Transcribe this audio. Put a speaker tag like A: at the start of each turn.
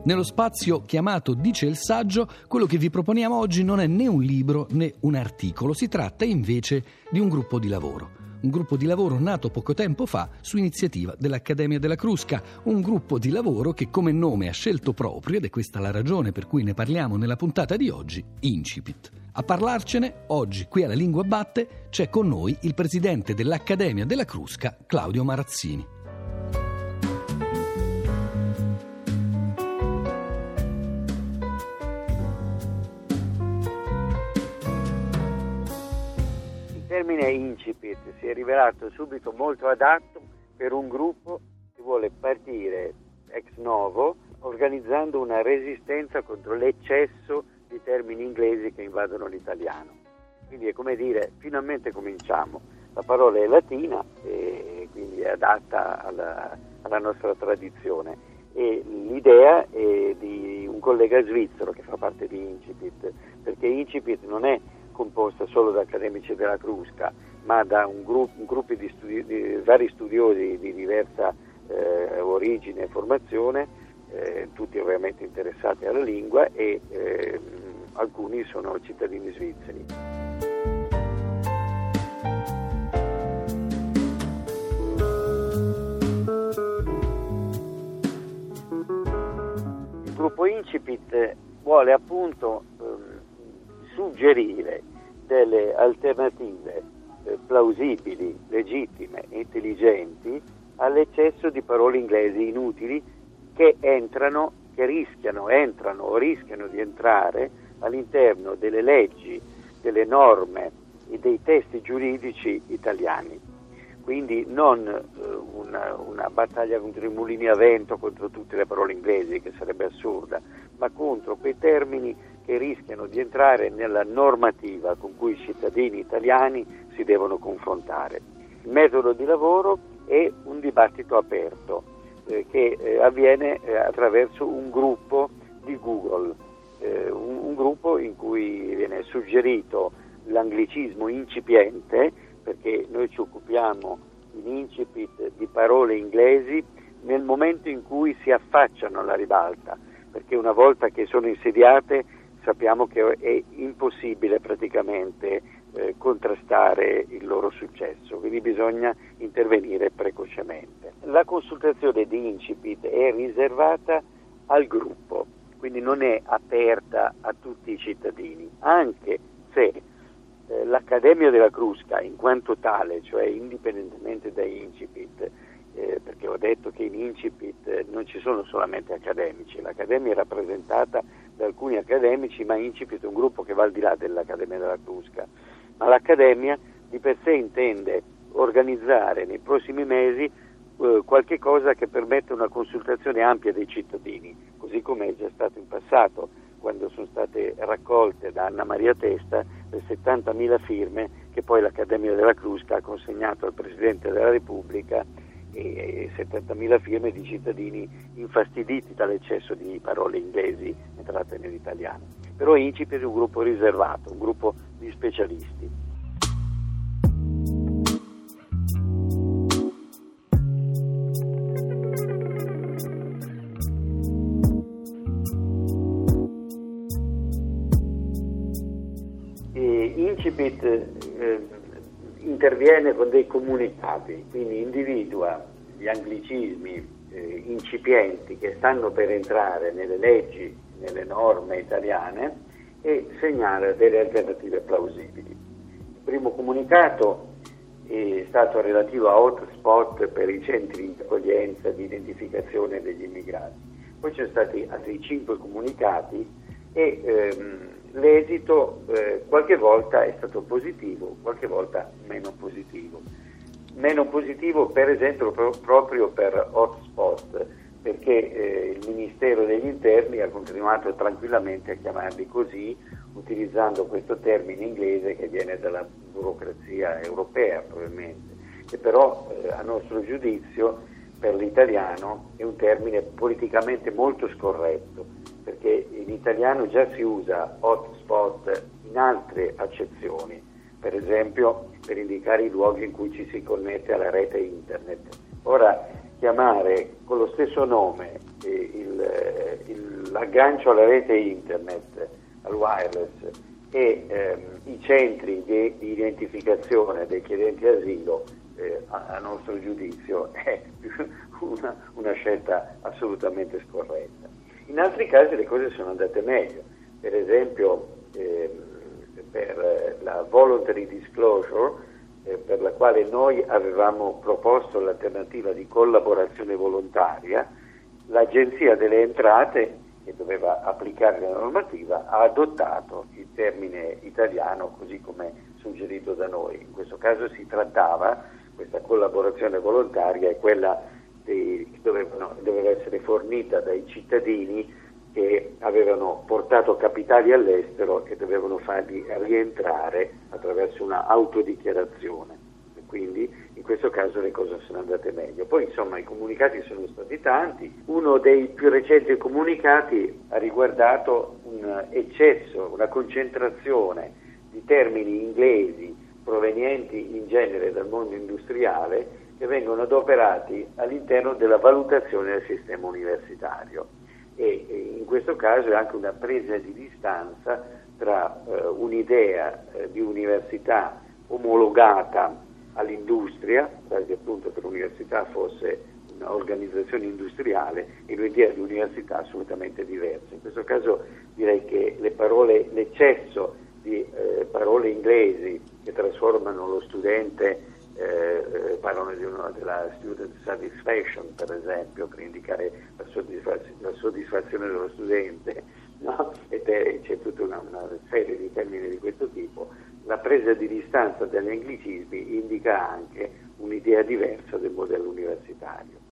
A: Nello spazio chiamato Dice il Saggio, quello che vi proponiamo oggi non è né un libro né un articolo, si tratta invece di un gruppo di lavoro. Un gruppo di lavoro nato poco tempo fa su iniziativa dell'Accademia della Crusca, un gruppo di lavoro che come nome ha scelto proprio, ed è questa la ragione per cui ne parliamo nella puntata di oggi, Incipit. A parlarcene, oggi qui alla Lingua Batte, c'è con noi il presidente dell'Accademia della Crusca, Claudio Marazzini.
B: Il termine incipit si è rivelato subito molto adatto per un gruppo che vuole partire ex novo organizzando una resistenza contro l'eccesso di termini inglesi che invadono l'italiano. Quindi è come dire, finalmente cominciamo. La parola è latina e quindi è adatta alla nostra tradizione. E l'idea è di un collega svizzero che fa parte di Incipit, perché Incipit non è composta solo da accademici della Crusca, ma da un gruppo di vari studiosi di diversa origine e formazione, tutti ovviamente interessati alla lingua e alcuni sono cittadini svizzeri. Il gruppo Incipit vuole appunto suggerire delle alternative plausibili, legittime e intelligenti all'eccesso di parole inglesi inutili che entrano o rischiano di entrare all'interno delle leggi, delle norme e dei testi giuridici italiani. Quindi non una battaglia contro i mulini a vento, contro tutte le parole inglesi, che sarebbe assurda, ma contro quei termini che rischiano di entrare nella normativa con cui i cittadini italiani si devono confrontare. Il metodo di lavoro è un dibattito aperto che avviene attraverso un gruppo di Google, un gruppo in cui viene suggerito l'anglicismo incipiente, perché noi ci occupiamo in Incipit di parole inglesi nel momento in cui si affacciano alla ribalta, perché una volta che sono insediate sappiamo che è impossibile praticamente contrastare il loro successo, quindi bisogna intervenire precocemente. La consultazione di Incipit è riservata al gruppo, quindi non è aperta a tutti i cittadini, anche se l'Accademia della Crusca in quanto tale, cioè indipendentemente da Incipit, perché ho detto che in Incipit non ci sono solamente accademici, l'Accademia è rappresentata da alcuni accademici, ma Incipit è un gruppo che va al di là dell'Accademia della Crusca, ma l'Accademia di per sé intende organizzare nei prossimi mesi qualche cosa che permette una consultazione ampia dei cittadini, così come è già stato in passato, quando sono state raccolte da Anna Maria Testa le 70.000 firme che poi l'Accademia della Crusca ha consegnato al Presidente della Repubblica, e 70.000 firme di cittadini infastiditi dall'eccesso di parole inglesi entrate nell'italiano. Però Incipit è un gruppo riservato, un gruppo di specialisti. Incipit interviene con dei comunicati, quindi individua gli anglicismi incipienti che stanno per entrare nelle leggi, nelle norme italiane e segnala delle alternative plausibili. Il primo comunicato è stato relativo a hotspot per i centri di accoglienza e di identificazione degli immigrati. Poi ci sono stati altri 5 comunicati e l'esito qualche volta è stato positivo, qualche volta meno positivo. Meno positivo per esempio proprio per hotspot, perché il Ministero degli Interni ha continuato tranquillamente a chiamarli così, utilizzando questo termine inglese che viene dalla burocrazia europea probabilmente, che però a nostro giudizio per l'italiano è un termine politicamente molto scorretto, perché in italiano già si usa hotspot in altre accezioni, per esempio per indicare i luoghi in cui ci si connette alla rete internet. Ora chiamare con lo stesso nome l'aggancio alla rete internet, al wireless, e i centri di identificazione dei chiedenti asilo, a nostro giudizio, è una scelta assolutamente scorretta. In altri casi le cose sono andate meglio, per esempio per la voluntary disclosure, per la quale noi avevamo proposto l'alternativa di collaborazione volontaria, l'Agenzia delle Entrate, che doveva applicare la normativa, ha adottato il termine italiano così come suggerito da noi. In questo caso si trattava, questa collaborazione volontaria è quella che doveva essere fornita dai cittadini che avevano portato capitali all'estero e dovevano farli rientrare attraverso una autodichiarazione. Quindi in questo caso le cose sono andate meglio. Poi insomma i comunicati sono stati tanti. Uno dei più recenti comunicati ha riguardato un eccesso, una concentrazione di termini inglesi provenienti in genere dal mondo industriale che vengono adoperati all'interno della valutazione del sistema universitario. E in questo caso è anche una presa di distanza tra un'idea di università omologata all'industria, quasi appunto che l'università fosse un'organizzazione industriale, e un'idea di università assolutamente diversa. In questo caso direi che l'eccesso di parole inglesi che trasformano lo studente, parlano della student satisfaction per esempio, per indicare la soddisfazione dello studente, no? E c'è tutta una serie di termini di questo tipo. La presa di distanza dagli anglicismi indica anche un'idea diversa del modello universitario.